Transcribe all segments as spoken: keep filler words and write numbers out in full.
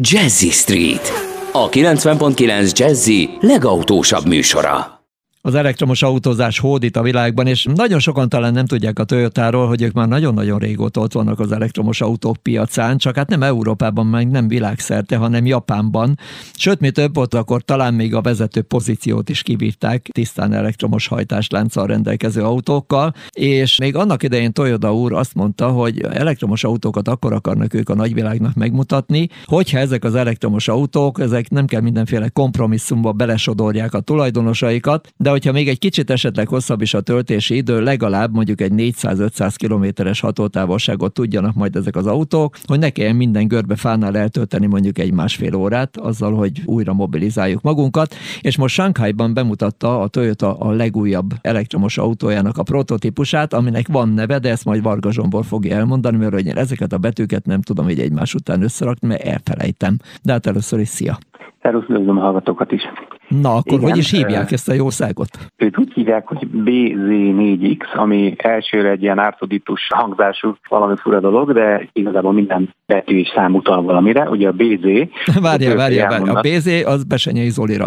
Jazzy Street, a kilencven pont kilenc Jazzy legautósabb műsora. Az elektromos autózás hódít a világban, és nagyon sokan talán nem tudják a Toyotáról, hogy ők már nagyon-nagyon régóta ott vannak az elektromos autók piacán, csak hát nem Európában, meg nem világszerte, hanem Japánban. Sőt, mi több, ott akkor talán még a vezető pozíciót is kivívták tisztán elektromos hajtáslánccal rendelkező autókkal, és még annak idején Toyota úr azt mondta, hogy elektromos autókat akkor akarnak ők a nagyvilágnak megmutatni, hogyha ezek az elektromos autók, ezek nem kell mindenféle kompromisszumba belesodorják a tulajdonosaikat, de hogyha még egy kicsit esetleg hosszabb is a töltési idő, legalább mondjuk egy négyszáz-ötszáz kilométeres hatótávolságot tudjanak majd ezek az autók, hogy ne kelljen minden görbe fánál eltölteni mondjuk egy másfél órát, azzal, hogy újra mobilizáljuk magunkat, és most Shanghaiban bemutatta a Toyota a legújabb elektromos autójának a prototípusát, aminek van neve, de ezt majd Varga Zsombor fogja elmondani, mert hogy én ezeket a betűket nem tudom így egymás után összerakni, mert elfelejtem. De hát először is szia! Szervusz, üdvözlöm a hallgatókat is. Na, akkor igen, hogy is hívják ezt a jószágot? Őt úgy hívják, hogy bé zé négy iksz, ami elsőre egy ilyen ártoditus hangzású valami fura dolog, de igazából minden betű és szám utal valamire. Ugye a bé zé... Várjál, várjál, várjál. A bé zé az Besenyei Zolira.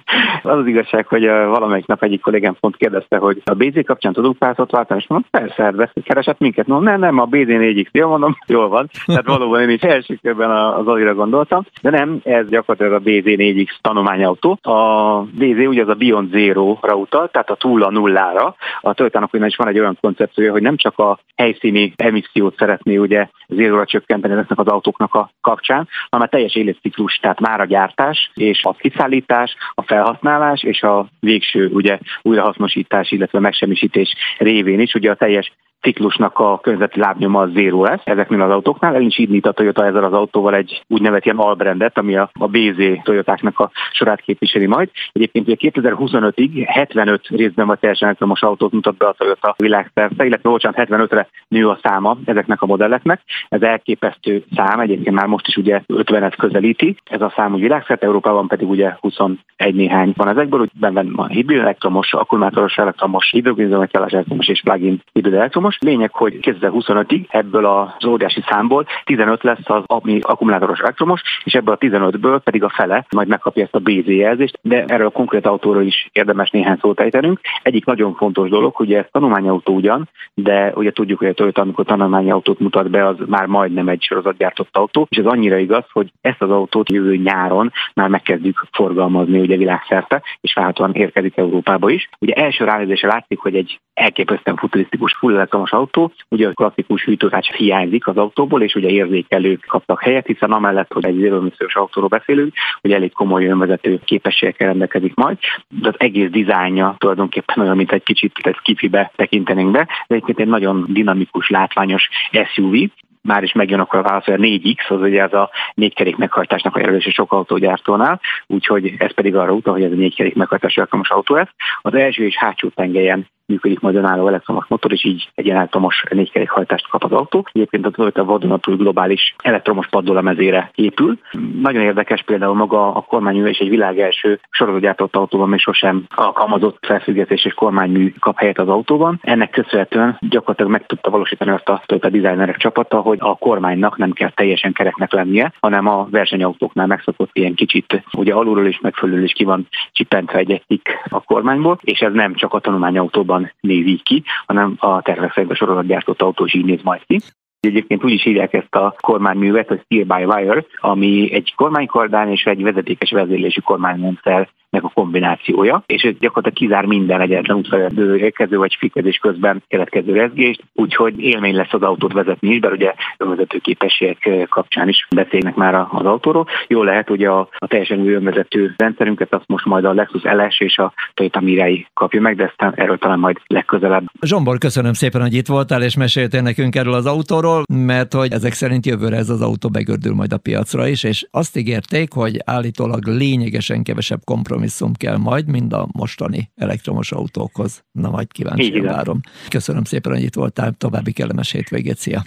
Az az igazság, hogy valamelyik nap egyik kollégám pont kérdezte, hogy a bé zé kapcsán tudunk pártot váltani, és mondom, persze, hát keresett minket. Mondom, nem, nem, a bé zé négy iksz, jól mondom, jól van. Tehát valóban én is első körben a Zolira gondoltam, de nem, ez gyakorlatilag a bé zé négy iksz tanulmányautó. A bé zé ugye az a Beyond Zero-ra utal, tehát a túl a nullára. A Toyotának ugyanis van egy olyan koncepciója, hogy nem csak a helyszíni emissziót szeretné ugye zéróra csökkenteni ezeknek az autóknak a kapcsán, hanem a teljes életciklus, tehát már a gyártás és a kiszállítás, a felhasználás és a végső ugye újrahasznosítás, illetve megsemmisítés révén is ugye a teljes ciklusnak a környezeti lábnyoma az zéró lesz ezeknél az autóknál. El is indít a Toyota ezzel az autóval egy úgynevezett ilyen albrandet, ami a, a bé zé Toyotáknak a sorát képviseli majd. Egyébként ugye kétezer-huszonötig hetvenöt részben vagy teljesen elektromos autót mutat be a Toyota világszerte, illetve bocsánat, hetvenötre nő a száma ezeknek a modelleknek. Ez elképesztő szám, egyébként már most is ugye ötvenet közelíti. Ez a szám úgy világszerte, Európában pedig ugye huszonegy néhány van ezekből, úgy benne van hibrid elektromos, akkumulátoros elektromos, hidrogénüzemeltetős elektromos és plug-in hibrid elektromos. Lényeg, hogy kétezer-huszonötig ebből az óriási számból tizenöt lesz az ami akkumulátoros elektromos, és ebből a tizenötből pedig a fele majd megkapja ezt a bé zé jelzést, de erről a konkrét autóról is érdemes néhány szót ejtenünk. Egyik nagyon fontos dolog, hogy ez tanulmányautó ugyan, de ugye tudjuk, hogy a Toyota, amikor tanulmányautót mutat be, az már majdnem egy sorozatgyártott autó, és ez annyira igaz, hogy ezt az autót jövő nyáron már megkezdjük forgalmazni ugye világszerte, és várhatóan érkezik Európába is. Ugye első ránézésre látszik, hogy egy elképesztően futurisztikus full elektromos autó, ugye a klasszikus hűtőrács hiányzik az autóból, és ugye érzékelők kaptak helyet, hiszen amellett, hogy egy zéró-emissziós autóról beszélünk, hogy elég komoly önvezető képességekkel rendelkezik majd, de az egész dizájnja tulajdonképpen olyan, mint egy kicsit egy skifibe tekintenénk be, de egyébként egy nagyon dinamikus, látványos es u vé. Már is megjön akkor a válasz, hogy a négy iksz, az ugye az a négykerék meghajtásnak a jelölése sok autógyártónál, úgyhogy ez pedig arra utal, hogy ez a négykerék meghajtású elektromos autó lesz. Az első és hátsó tengelyen működik majd önálló elektromos motor, és így egy elektromos négykerékhajtást kap az autó. Egyébként a Toyota vadonatúj globális elektromos padlólemezére épül. Nagyon érdekes például maga a kormánymű, és egy világ első sorozatgyártott autóban még sosem alkalmazott felfüggesztés és kormánymű kap helyet az autóban. Ennek köszönhetően gyakorlatilag meg tudta valósítani azt a Toyota designerek csapata, hogy a kormánynak nem kell teljesen kereknek lennie, hanem a versenyautóknál megszokott ilyen kicsit, ugye alulról is, meg fölül is ki van csipentve egy tik a kormányból, és ez nem csak a tanulmányautóban néz így ki, hanem a tervek szerint a sorozatgyártott autó is így néz majd ki. Egyébként úgy is hívják ezt a kormányművet, hogy Steer-by-Wire, ami egy kormánykardán és egy vezetékes vezérlési kormányrendszernek a kombinációja, és ez gyakorlatilag kizár minden egyetlen útfelelő érkező vagy fékezés közben keletkező rezgést, úgyhogy élmény lesz az autót vezetni is, bár ugye önvezető képességek kapcsán is beszélnek már az autóról. Jól lehet, hogy a, a teljesen új önvezető rendszerünket azt most majd a Lexus el es és a Toyota Mirai kapja meg, de aztán erről talán majd legközelebb. Zsombor, köszönöm szépen, hogy itt voltál és meséltél nekünk erről az autóról, mert hogy ezek szerint jövőre ez az autó begördül majd a piacra is, és azt ígérték, hogy állítólag lényegesen kevesebb kompromisszum kell majd, mint a mostani elektromos autókhoz. Na, majd kíváncsian várom. Köszönöm szépen, hogy itt voltál, további kellemes hétvégét, szia!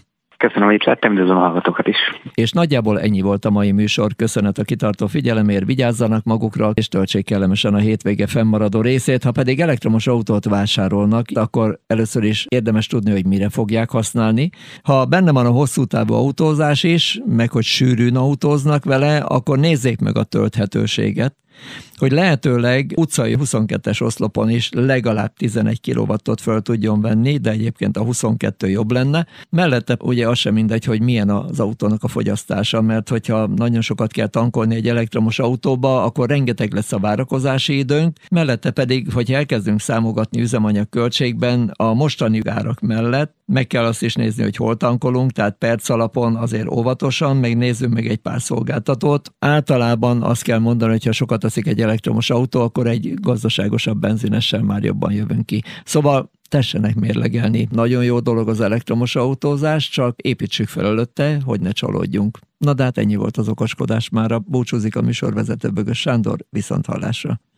köszönöm, hogy itt lettem, üdvözlöm a hallgatókat is. És nagyjából ennyi volt a mai műsor. Köszönet a kitartó figyelemért, vigyázzanak magukra, és töltsék kellemesen a hétvége fennmaradó részét. Ha pedig elektromos autót vásárolnak, akkor először is érdemes tudni, hogy mire fogják használni. Ha benne van a hosszú távú autózás is, meg hogy sűrűn autóznak vele, akkor nézzék meg a tölthetőséget, hogy lehetőleg utcai huszonkettes oszlopon is legalább tizenegy kilowattot föl tudjon venni, de egyébként a huszonkettő jobb lenne. Mellette ugye az sem mindegy, hogy milyen az autónak a fogyasztása, mert hogyha nagyon sokat kell tankolni egy elektromos autóba, akkor rengeteg lesz a várakozási időnk, mellette pedig, hogy elkezdünk számogatni üzemanyag költségben, a mostani árak mellett meg kell azt is nézni, hogy hol tankolunk, tehát perc alapon azért óvatosan, meg nézzünk meg egy pár szolgáltatót. Általában azt kell mondani, hogy ha sokat teszik egy elektromos autó, akkor egy gazdaságosabb benzinessel már jobban jövünk ki. Szóval tessenek mérlegelni. Nagyon jó dolog az elektromos autózás, csak építsük fel előtte, hogy ne csalódjunk. Na de hát ennyi volt az okoskodás mára. Búcsúzik a műsorvezető Bögös Sándor, viszont hallásra.